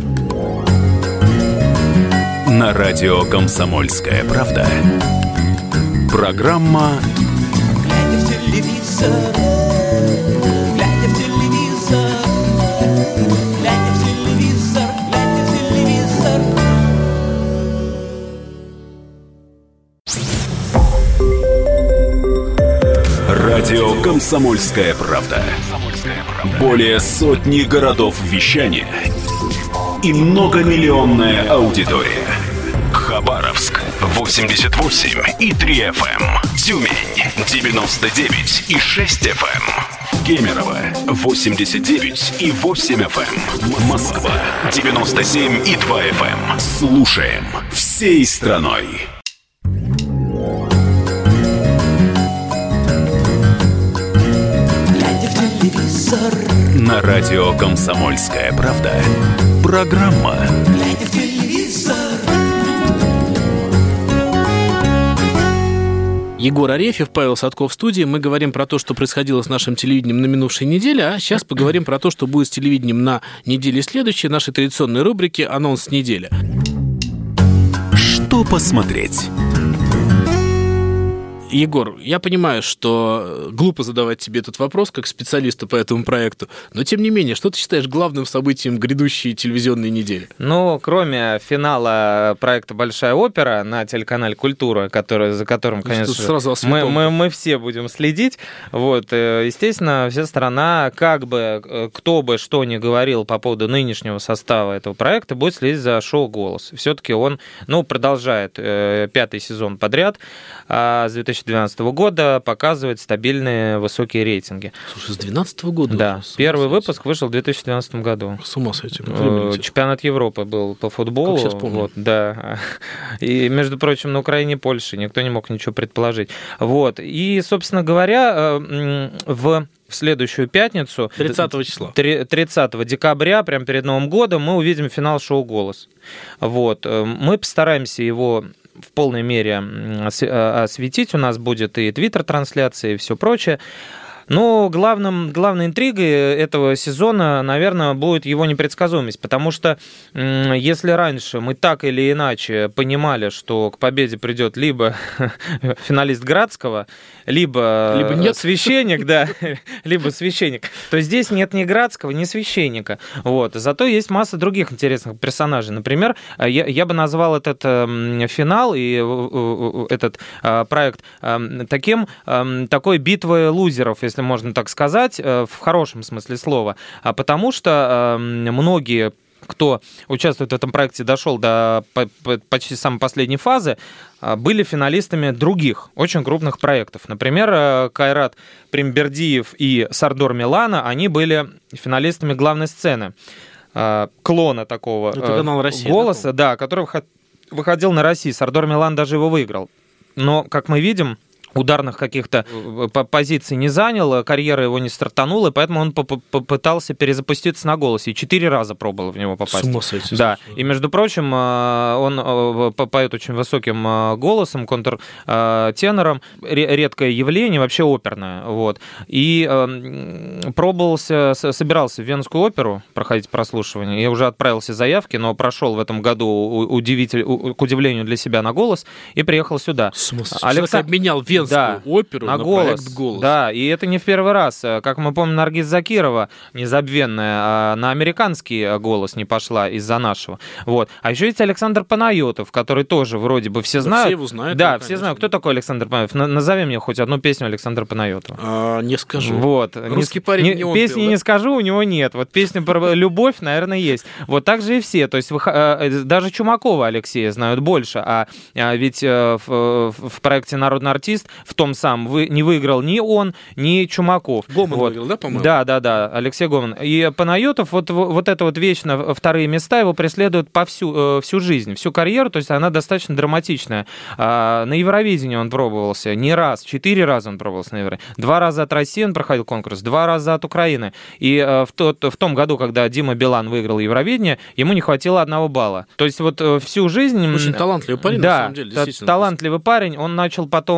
Speaker 2: На радио «Комсомольская правда». Программа
Speaker 1: телевизор, глядя в телевизор, глядя в телевизор, глядя в телевизор.
Speaker 2: Радио «Комсомольская правда». Более сотни городов вещания и многомиллионная аудитория. Хабаровск восемьдесят восемь и три эф эм, Тюмень девяносто девять и шесть эф эм, Кемерово восемьдесят девять и восемь эф эм, Москва девяносто семь и два эф эм. Слушаем всей страной. На радио «Комсомольская правда» программа
Speaker 1: Глядя в телевизор.
Speaker 3: Егор Арефьев, Павел Садков в студии. Мы говорим про то, что происходило с нашим телевидением на минувшей неделе, а сейчас поговорим про то, что будет с телевидением на неделе следующей, нашей традиционной рубрике «Анонс недели».
Speaker 2: Что посмотреть?
Speaker 3: Егор, я понимаю, что глупо задавать тебе этот вопрос как специалисту по этому проекту, но тем не менее, что ты считаешь главным событием грядущей телевизионной недели?
Speaker 4: Ну, кроме финала проекта «Большая опера» на телеканале «Культура», который, за которым, конечно,
Speaker 3: сразу
Speaker 4: мы, мы, мы все будем следить, вот, естественно, вся страна, как бы, кто бы что ни говорил по поводу нынешнего состава этого проекта, будет следить за шоу «Голос». Все-таки он, ну, продолжает э, пятый сезон подряд, а с две тысячи двенадцатого года показывает стабильные высокие рейтинги.
Speaker 3: Слушай, с две тысячи двенадцатого года?
Speaker 4: Да. Первый выпуск вышел в две тысячи двенадцатом году.
Speaker 3: С ума сойти.
Speaker 4: Чемпионат Европы был по футболу.
Speaker 3: Как сейчас помню.
Speaker 4: Вот, да. И, между прочим, на Украине и Польше никто не мог ничего предположить. Вот. И, собственно говоря, в... В следующую пятницу,
Speaker 3: тридцатого числа.
Speaker 4: тридцатого декабря, прямо перед Новым годом, мы увидим финал шоу «Голос». Вот. Мы постараемся его в полной мере осветить. У нас будет и твиттер-трансляция, и все прочее. Но главным, главной интригой этого сезона, наверное, будет его непредсказуемость, потому что если раньше мы так или иначе понимали, что к победе придет либо финалист Градского, либо,
Speaker 3: либо нет.
Speaker 4: священник, да, либо священник, то здесь нет ни Градского, ни священника. Вот. Зато есть масса других интересных персонажей. Например, я, я бы назвал этот э, финал и э, этот э, проект э, таким, э, такой битвой лузеров, если можно так сказать, в хорошем смысле слова, потому что многие, кто участвует в этом проекте, дошел до почти самой последней фазы, были финалистами других очень крупных проектов. Например, Кайрат Примбердиев и Сардор Милана, они были финалистами главной сцены, клона такого «Голоса», да, который выходил на России. Сардор Милан даже его выиграл. Но, как мы видим, ударных каких-то позиций не занял, карьера его не стартанула, и поэтому он попытался перезапуститься на «Голосе. И четыре раза пробовал в него попасть.
Speaker 3: С ума сойти.
Speaker 4: Да. И, между прочим, он поет очень высоким голосом, контртенором. Редкое явление, вообще оперное. Вот. И пробовался, собирался в Венскую оперу проходить прослушивание. Я уже отправил все заявки, но прошел в этом году, удивитель, к удивлению для себя, на «Голос» и приехал сюда.
Speaker 3: С ума сойти. Александр обменял Венскую да, оперу на, на голос. Проект «Голос».
Speaker 4: Да, и это не в первый раз. Как мы помним, Наргиз Закирова, незабвенная, на американский «Голос» не пошла из-за нашего. Вот. А еще есть Александр Панайотов, который тоже вроде бы все
Speaker 3: да
Speaker 4: знают.
Speaker 3: Все его знают.
Speaker 4: Да,
Speaker 3: его,
Speaker 4: все
Speaker 3: конечно.
Speaker 4: знают. Кто такой Александр Панайотов? Назови мне хоть одну песню Александра Панайотова.
Speaker 3: А, не скажу.
Speaker 4: Вот.
Speaker 3: Русский
Speaker 4: не,
Speaker 3: парень
Speaker 4: не,
Speaker 3: не он
Speaker 4: Песни
Speaker 3: пел, да?
Speaker 4: не скажу, у него нет. Вот песня про любовь, наверное, есть. Вот так же и все. То есть даже Чумакова Алексея знают больше. А ведь в, в проекте «Народный артист» в том самом вы, не выиграл ни он, ни Чумаков.
Speaker 3: Гомон
Speaker 4: вот.
Speaker 3: выиграл, да, по-моему?
Speaker 4: Да, да, да, Алексей Гомон. И Панайотов, вот, вот это вот вечно вторые места его преследуют по всю, всю жизнь, всю карьеру, то есть она достаточно драматичная. На Евровидении он пробовался не раз, четыре раза он пробовался на Евровидении. Два раза от России он проходил конкурс, два раза от Украины. И в, тот, в том году, когда Дима Билан выиграл Евровидение, ему не хватило одного балла. То есть вот всю жизнь...
Speaker 3: Очень талантливый парень,
Speaker 4: да,
Speaker 3: на самом деле, действительно.
Speaker 4: талантливый парень. Он начал потом, естественно,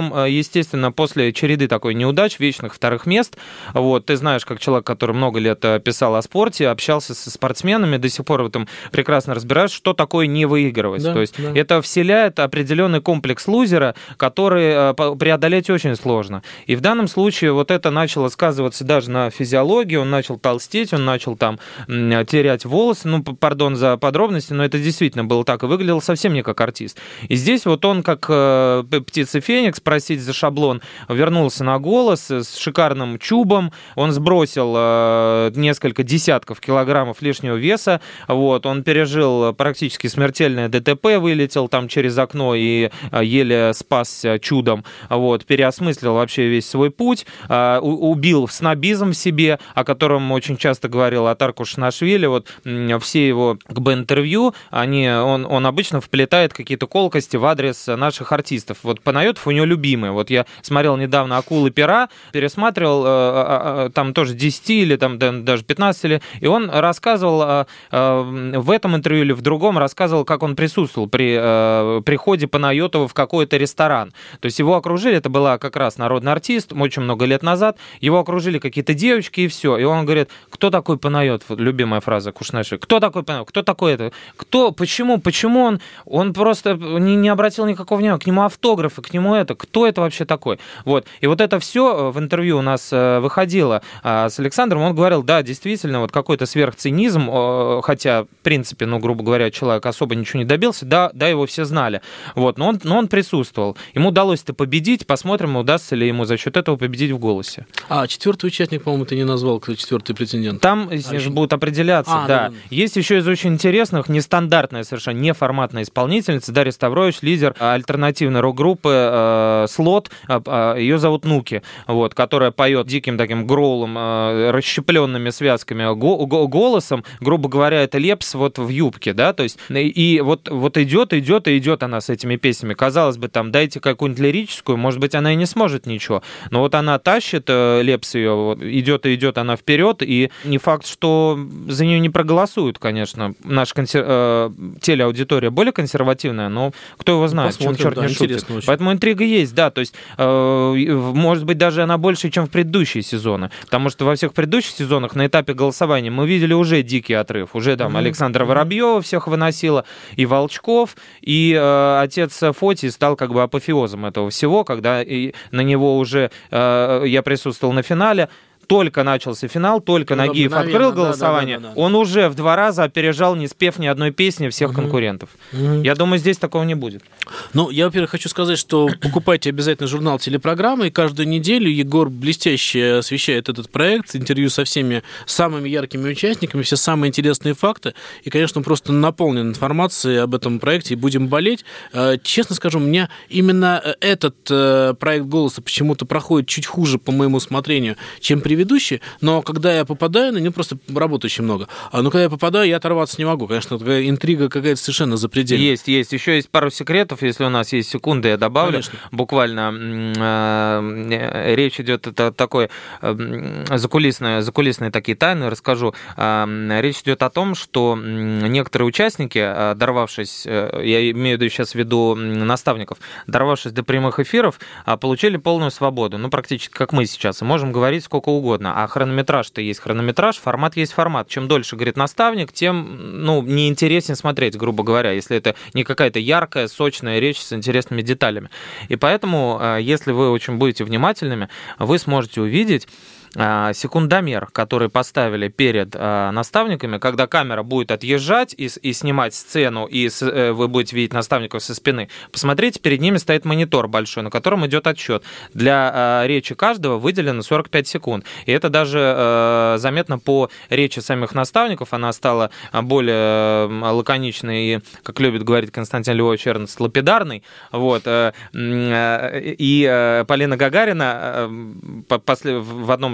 Speaker 4: естественно, после череды такой неудач, вечных вторых мест, вот, ты знаешь, как человек, который много лет писал о спорте, общался со спортсменами, до сих пор в этом прекрасно разбираешь, что такое не выигрывать. Да, то есть да. это вселяет определенный комплекс лузера, который преодолеть очень сложно. И в данном случае вот это начало сказываться даже на физиологии, он начал толстеть, он начал там терять волосы, ну, пардон за подробности, но это действительно было так, и выглядел совсем не как артист. И здесь вот он, как э, птица Феникс, просить за шаблон, вернулся на голос с шикарным чубом, он сбросил э, несколько десятков килограммов лишнего веса, вот, он пережил практически смертельное ДТП, вылетел там через окно и э, еле спасся чудом, вот, переосмыслил вообще весь свой путь, э, убил снобизм в себе, о котором очень часто говорил Атар Кушанашвили, вот, э, все его как бы интервью, они, он, он обычно вплетает какие-то колкости в адрес наших артистов. Вот Панайотов у него любимый. Вот я смотрел недавно «Акулы пера», пересматривал, э, э, там тоже десять или там даже пятнадцать, или, и он рассказывал э, э, в этом интервью или в другом, рассказывал, как он присутствовал при э, приходе Панайотова в какой-то ресторан. То есть его окружили, это была как раз народный артист, очень много лет назад, его окружили какие-то девочки и все. И он говорит, кто такой Панайотов? Любимая фраза Кушанашвили. Кто такой Панайотов? Кто такой это? Кто? Почему? Почему он? Он просто не, не обратил никакого внимания. К нему автографы, к нему это. Кто это вообще такой? Вот. И вот это все в интервью у нас выходило с Александром. Он говорил, да, действительно, вот какой-то сверхцинизм, хотя, в принципе, ну, грубо говоря, человек особо ничего не добился, да, да, его все знали. Вот. Но он, но он присутствовал. Ему удалось это победить. Посмотрим, удастся ли ему за счет этого победить в «Голосе».
Speaker 3: А, четвертый участник, по-моему, ты не назвал, кто четвертый претендент.
Speaker 4: Там а, еще... будут определяться, а, да. да. Есть еще из очень интересных, нестандартная совершенно, неформатная исполнительница Дарья Ставрович, лидер альтернативной рок-группы э, «Слот». Э, ее зовут Нуки, вот, которая поет диким таким гроулом, э, расщепленными связками го- го- голосом. Грубо говоря, это Лепс вот в юбке, да, то есть и, и вот, вот идет, идет и идет она с этими песнями. Казалось бы, там, дайте какую-нибудь лирическую, может быть, она и не сможет ничего, но вот она тащит, э, Лепс ее, вот, идет и идет она вперед, и не факт, что за нее не проголосуют, конечно. Наша консер... э, телеаудитория более консервативная, но кто его знает, чем черт
Speaker 3: да,
Speaker 4: не шутит.
Speaker 3: Очень.
Speaker 4: Поэтому интрига есть, да, то есть, э, может быть, даже она больше, чем в предыдущие сезоны, потому что во всех предыдущих сезонах на этапе голосования мы видели уже дикий отрыв, уже там mm-hmm. Александра Воробьева всех выносила, и Волчков, и э, отец Фотий стал как бы апофеозом этого всего, когда и на него уже э, я присутствовал на финале. Только начался финал, только ну, Нагиев открыл голосование, да, да, да, да, да. он уже в два раза опережал, не спев ни одной песни, всех угу. конкурентов. Угу. Я думаю, здесь такого не будет.
Speaker 3: Ну, я, во-первых, хочу сказать, что покупайте обязательно журнал «Телепрограммы», и каждую неделю Егор блестяще освещает этот проект, интервью со всеми самыми яркими участниками, все самые интересные факты, и, конечно, он просто наполнен информацией об этом проекте, и будем болеть. Честно скажу, у меня именно этот проект «Голоса» почему-то проходит чуть хуже, по моему усмотрению, чем при ведущий, но когда я попадаю на него, просто работы очень много. А ну когда я попадаю, я оторваться не могу. Конечно, такая интрига какая-то совершенно запредельная.
Speaker 4: Есть, есть. Еще есть пару секретов, если у нас есть секунды, я добавлю. Конечно. Буквально э, речь идет, это такой э, закулисные, закулисные такие тайны, расскажу. Э, речь идет о том, что некоторые участники, э, дорвавшись, э, я имею в виду сейчас в виду наставников, дорвавшись до прямых эфиров, э, получили полную свободу. Ну, практически как мы сейчас. И можем говорить сколько угодно. А хронометраж-то есть хронометраж, формат есть формат. Чем дольше говорит наставник, тем ну, неинтереснее смотреть, грубо говоря, если это не какая-то яркая, сочная речь с интересными деталями. И поэтому, если вы очень будете внимательными, вы сможете увидеть секундомер, который поставили перед э, наставниками, когда камера будет отъезжать и, и снимать сцену, и с, э, вы будете видеть наставников со спины. Посмотрите, перед ними стоит монитор большой, на котором идет отсчет. Для э, речи каждого выделено сорок пять секунд. И это даже э, заметно по речи самих наставников. Она стала более э, лаконичной и, как любит говорить Константин Львович Эрнст, лапидарной. Вот. Э, э, и э, Полина Гагарина э, после, в одном из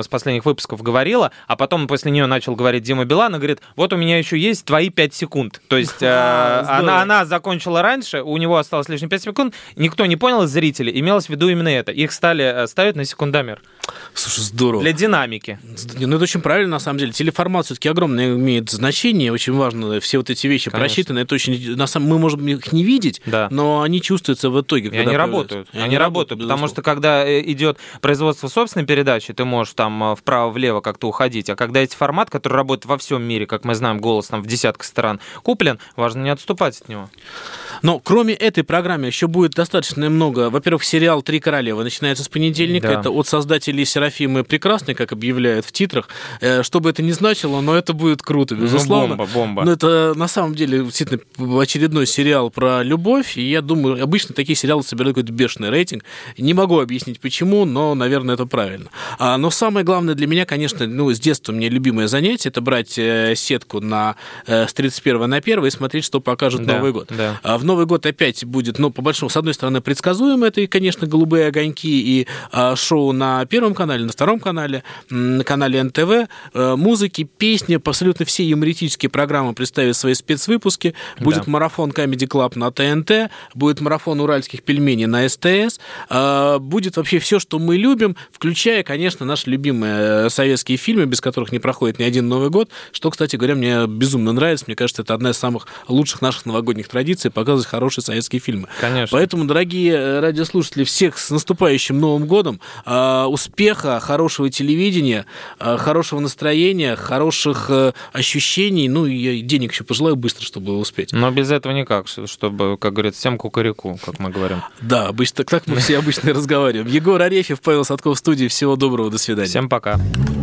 Speaker 4: последних выпусков говорила, а потом после нее начал говорить Дима Билан, и говорит, вот у меня еще есть твои пять секунд. То есть а, она, она закончила раньше, у него осталось лишние пять секунд, никто не понял из зрителей, имелось в виду именно это. Их стали ставить на секундомер.
Speaker 3: Слушай, здорово.
Speaker 4: Для динамики.
Speaker 3: Ну, это очень правильно, на самом деле. Телеформат все-таки огромное имеет значение, очень важно, все вот эти вещи Конечно. просчитаны. Это очень, на самом, мы можем их не видеть, да. но они чувствуются в итоге.
Speaker 4: И они работают. И они, они работают, потому что когда идет производство собственной передачи, ты можешь там вправо-влево как-то уходить, а когда есть формат, который работает во всем мире, как мы знаем, «Голос» там в десятках стран куплен, важно не отступать от него.
Speaker 3: Но кроме этой программы еще будет достаточно много. Во-первых, сериал «Три королевы» начинается с понедельника. Да. Это от создателей «Серафимы Прекрасной», как объявляют в титрах. Что бы это ни значило, но это будет круто, безусловно.
Speaker 4: Ну, бомба, бомба.
Speaker 3: Но это на самом деле действительно очередной сериал про любовь. И я думаю, обычно такие сериалы собирают какой-то бешеный рейтинг. Не могу объяснить почему, но, наверное, это правильно. Но самое главное для меня, конечно, ну, с детства мне любимое занятие — это брать сетку на, с тридцать первого на первое и смотреть, что покажет да, Новый год.
Speaker 4: Да.
Speaker 3: В Новый год опять будет, ну, по большому, с одной стороны, предсказуемо, это, и, конечно, «Голубые огоньки» и а, шоу на Первом канале, на Втором канале, на канале эн тэ вэ, а, музыки, песни, абсолютно все юмористические программы представят свои спецвыпуски, будет да. марафон Comedy Club на тэ эн тэ, будет марафон уральских пельменей на эс тэ эс, а, будет вообще все, что мы любим, включая, конечно, наши любимые советские фильмы, без которых не проходит ни один Новый год, что, кстати говоря, мне безумно нравится, мне кажется, это одна из самых лучших наших новогодних традиций, показывать хорошие советские фильмы.
Speaker 4: Конечно.
Speaker 3: Поэтому, дорогие радиослушатели, всех с наступающим Новым годом, успеха, хорошего телевидения, хорошего настроения, хороших ощущений, ну и денег еще пожелаю быстро, чтобы успеть.
Speaker 4: Но без этого никак, чтобы, как говорят, всем кукареку, как мы говорим.
Speaker 3: Да, обычно, так мы все обычно разговариваем. Егор Арефьев, Павел Садков в студии. Всего доброго, до свидания.
Speaker 4: Всем пока.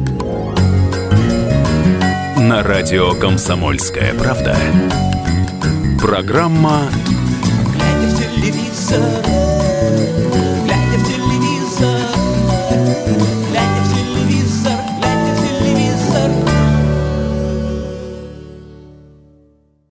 Speaker 2: На радио «Комсомольская правда». Программа
Speaker 1: глядя в телевизор.